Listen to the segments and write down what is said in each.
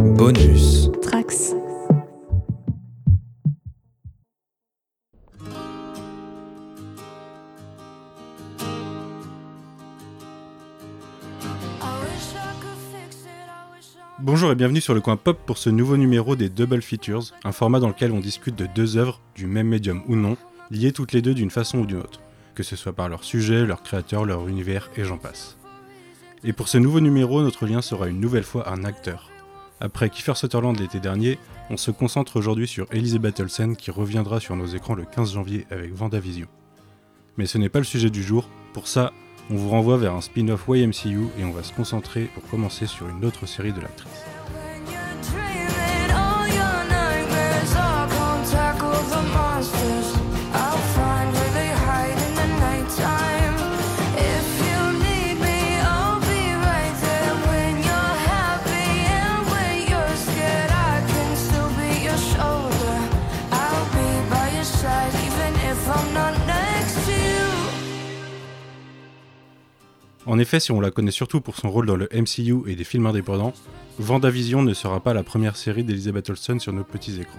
Bonus. Trax. Bonjour et bienvenue sur le coin pop pour ce nouveau numéro des Double Features, un format dans lequel on discute de deux œuvres, du même médium ou non, liées toutes les deux d'une façon ou d'une autre, que ce soit par leur sujet, leur créateur, leur univers et j'en passe. Et pour ce nouveau numéro, notre lien sera une nouvelle fois un acteur. Après Kiefer Sutherland l'été dernier, on se concentre aujourd'hui sur Elizabeth Olsen qui reviendra sur nos écrans le 15 janvier avec WandaVision. Mais ce n'est pas le sujet du jour, pour ça, on vous renvoie vers un spin-off YMCU et on va se concentrer pour commencer sur une autre série de l'actrice. En effet, si on la connaît surtout pour son rôle dans le MCU et des films indépendants, WandaVision ne sera pas la première série d'Elizabeth Olsen sur nos petits écrans.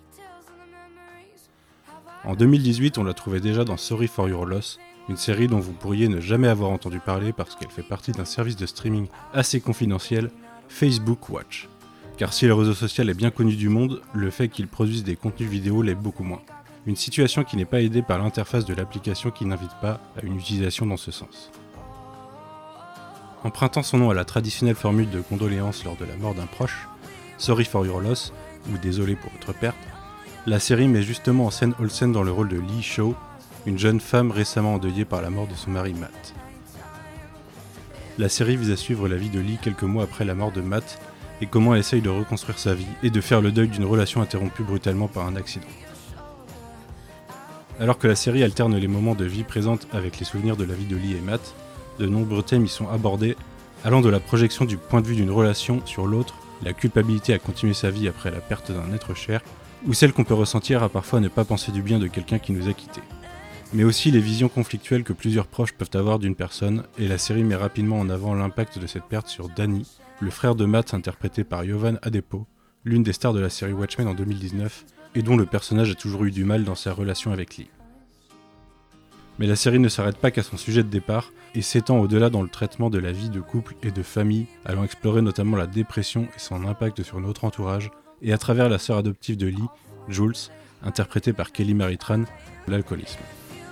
En 2018, on la trouvait déjà dans Sorry for Your Loss, une série dont vous pourriez ne jamais avoir entendu parler parce qu'elle fait partie d'un service de streaming assez confidentiel, Facebook Watch. Car si le réseau social est bien connu du monde, le fait qu'il produise des contenus vidéo l'est beaucoup moins. Une situation qui n'est pas aidée par l'interface de l'application qui n'invite pas à une utilisation dans ce sens. Empruntant son nom à la traditionnelle formule de condoléances lors de la mort d'un proche, Sorry for Your Loss, ou Désolé pour votre perte, la série met justement en scène Olsen dans le rôle de Lee Shaw, une jeune femme récemment endeuillée par la mort de son mari Matt. La série vise à suivre la vie de Lee quelques mois après la mort de Matt et comment elle essaye de reconstruire sa vie et de faire le deuil d'une relation interrompue brutalement par un accident. Alors que la série alterne les moments de vie présente avec les souvenirs de la vie de Lee et Matt, de nombreux thèmes y sont abordés, allant de la projection du point de vue d'une relation sur l'autre, la culpabilité à continuer sa vie après la perte d'un être cher, ou celle qu'on peut ressentir à parfois ne pas penser du bien de quelqu'un qui nous a quittés. Mais aussi les visions conflictuelles que plusieurs proches peuvent avoir d'une personne, et la série met rapidement en avant l'impact de cette perte sur Danny, le frère de Matt interprété par Jovan Adepo, l'une des stars de la série Watchmen en 2019, et dont le personnage a toujours eu du mal dans sa relation avec Lee. Mais la série ne s'arrête pas qu'à son sujet de départ et s'étend au-delà dans le traitement de la vie de couple et de famille, allant explorer notamment la dépression et son impact sur notre entourage, et à travers la sœur adoptive de Lee, Jules, interprétée par Kelly Marie Tran, l'alcoolisme.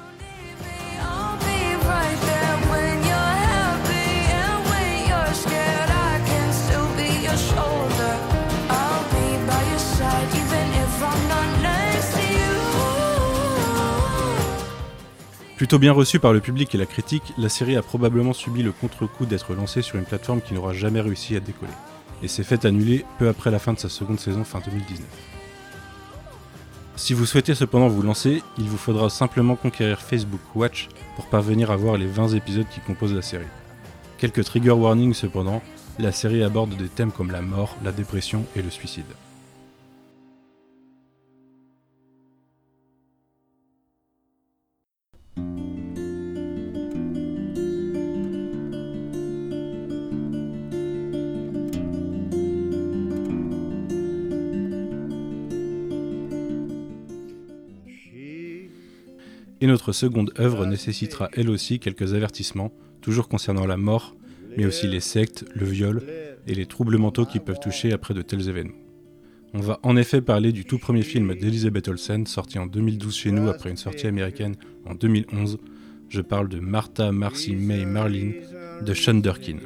Plutôt bien reçue par le public et la critique, la série a probablement subi le contre-coup d'être lancée sur une plateforme qui n'aura jamais réussi à décoller, et s'est fait annuler peu après la fin de sa seconde saison fin 2019. Si vous souhaitez cependant vous lancer, il vous faudra simplement conquérir Facebook Watch pour parvenir à voir les 20 épisodes qui composent la série. Quelques trigger warnings cependant, la série aborde des thèmes comme la mort, la dépression et le suicide. Et notre seconde œuvre nécessitera elle aussi quelques avertissements, toujours concernant la mort, mais aussi les sectes, le viol et les troubles mentaux qui peuvent toucher après de tels événements. On va en effet parler du tout premier film d'Elizabeth Olsen, sorti en 2012 chez nous après une sortie américaine en 2011. Je parle de Martha Marcy May Marlene de Sean Durkin.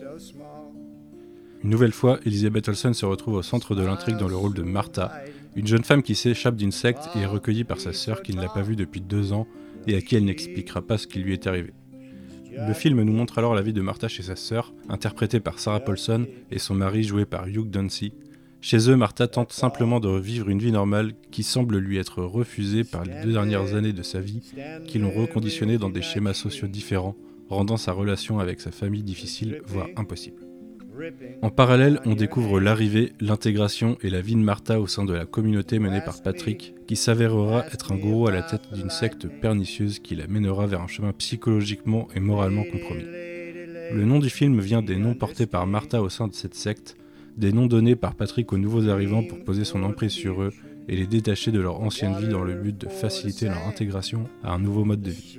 Une nouvelle fois, Elizabeth Olsen se retrouve au centre de l'intrigue dans le rôle de Martha, une jeune femme qui s'échappe d'une secte et est recueillie par sa sœur qui ne l'a pas vue depuis 2 ans et à qui elle n'expliquera pas ce qui lui est arrivé. Le film nous montre alors la vie de Martha chez sa sœur, interprétée par Sarah Paulson, et son mari joué par Hugh Dancy. Chez eux, Martha tente simplement de vivre une vie normale qui semble lui être refusée par les 2 dernières années de sa vie qui l'ont reconditionnée dans des schémas sociaux différents, rendant sa relation avec sa famille difficile, voire impossible. En parallèle, on découvre l'arrivée, l'intégration et la vie de Martha au sein de la communauté menée par Patrick, qui s'avérera être un gourou à la tête d'une secte pernicieuse qui la mènera vers un chemin psychologiquement et moralement compromis. Le nom du film vient des noms portés par Martha au sein de cette secte, des noms donnés par Patrick aux nouveaux arrivants pour poser son emprise sur eux et les détacher de leur ancienne vie dans le but de faciliter leur intégration à un nouveau mode de vie.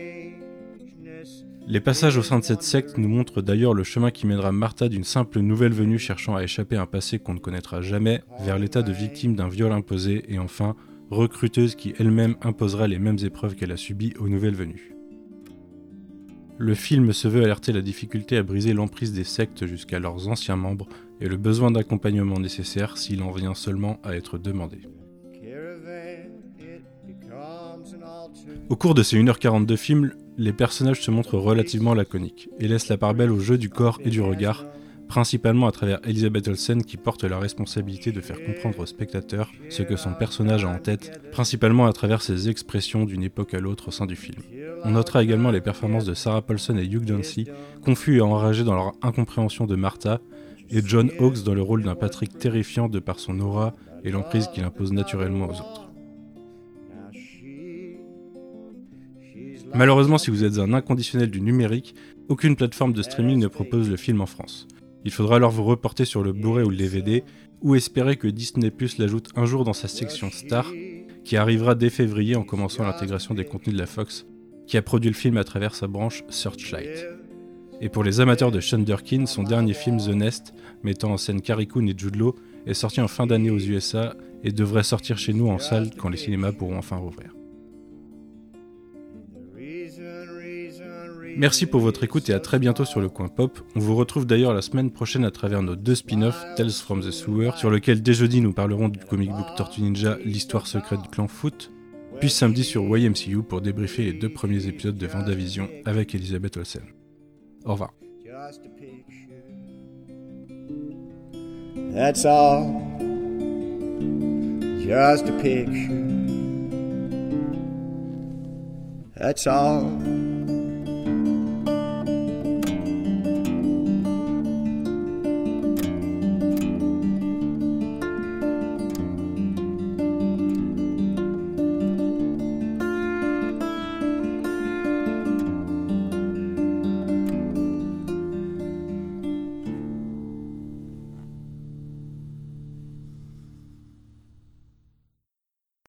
Les passages au sein de cette secte nous montrent d'ailleurs le chemin qui mènera Martha d'une simple nouvelle venue cherchant à échapper à un passé qu'on ne connaîtra jamais, vers l'état de victime d'un viol imposé et enfin, recruteuse qui elle-même imposera les mêmes épreuves qu'elle a subies aux nouvelles venues. Le film se veut alerter la difficulté à briser l'emprise des sectes jusqu'à leurs anciens membres et le besoin d'accompagnement nécessaire s'il en vient seulement à être demandé. Au cours de ces 1h40 de film, les personnages se montrent relativement laconiques et laissent la part belle au jeu du corps et du regard, principalement à travers Elizabeth Olsen qui porte la responsabilité de faire comprendre au spectateur ce que son personnage a en tête, principalement à travers ses expressions d'une époque à l'autre au sein du film. On notera également les performances de Sarah Paulson et Hugh Dancy, confus et enragés dans leur incompréhension de Martha, et John Hawkes dans le rôle d'un Patrick terrifiant de par son aura et l'emprise qu'il impose naturellement aux autres. Malheureusement, si vous êtes un inconditionnel du numérique, aucune plateforme de streaming ne propose le film en France. Il faudra alors vous reporter sur le Blu-ray ou le DVD, ou espérer que Disney+ l'ajoute un jour dans sa section Star, qui arrivera dès février en commençant l'intégration des contenus de la Fox, qui a produit le film à travers sa branche Searchlight. Et pour les amateurs de Shonderkin, son dernier film The Nest, mettant en scène Carrie Coon et Jude Law, est sorti en fin d'année aux USA et devrait sortir chez nous en salle quand les cinémas pourront enfin rouvrir. Merci pour votre écoute et à très bientôt sur le Coin Pop. On vous retrouve d'ailleurs la semaine prochaine à travers nos 2 spin-offs, Tales from the Sewer, sur lequel dès jeudi nous parlerons du comic book Tortue Ninja, l'histoire secrète du clan Foot, puis samedi sur YMCU pour débriefer les 2 premiers épisodes de WandaVision avec Elizabeth Olsen. Au revoir. That's all. Just a picture. That's all.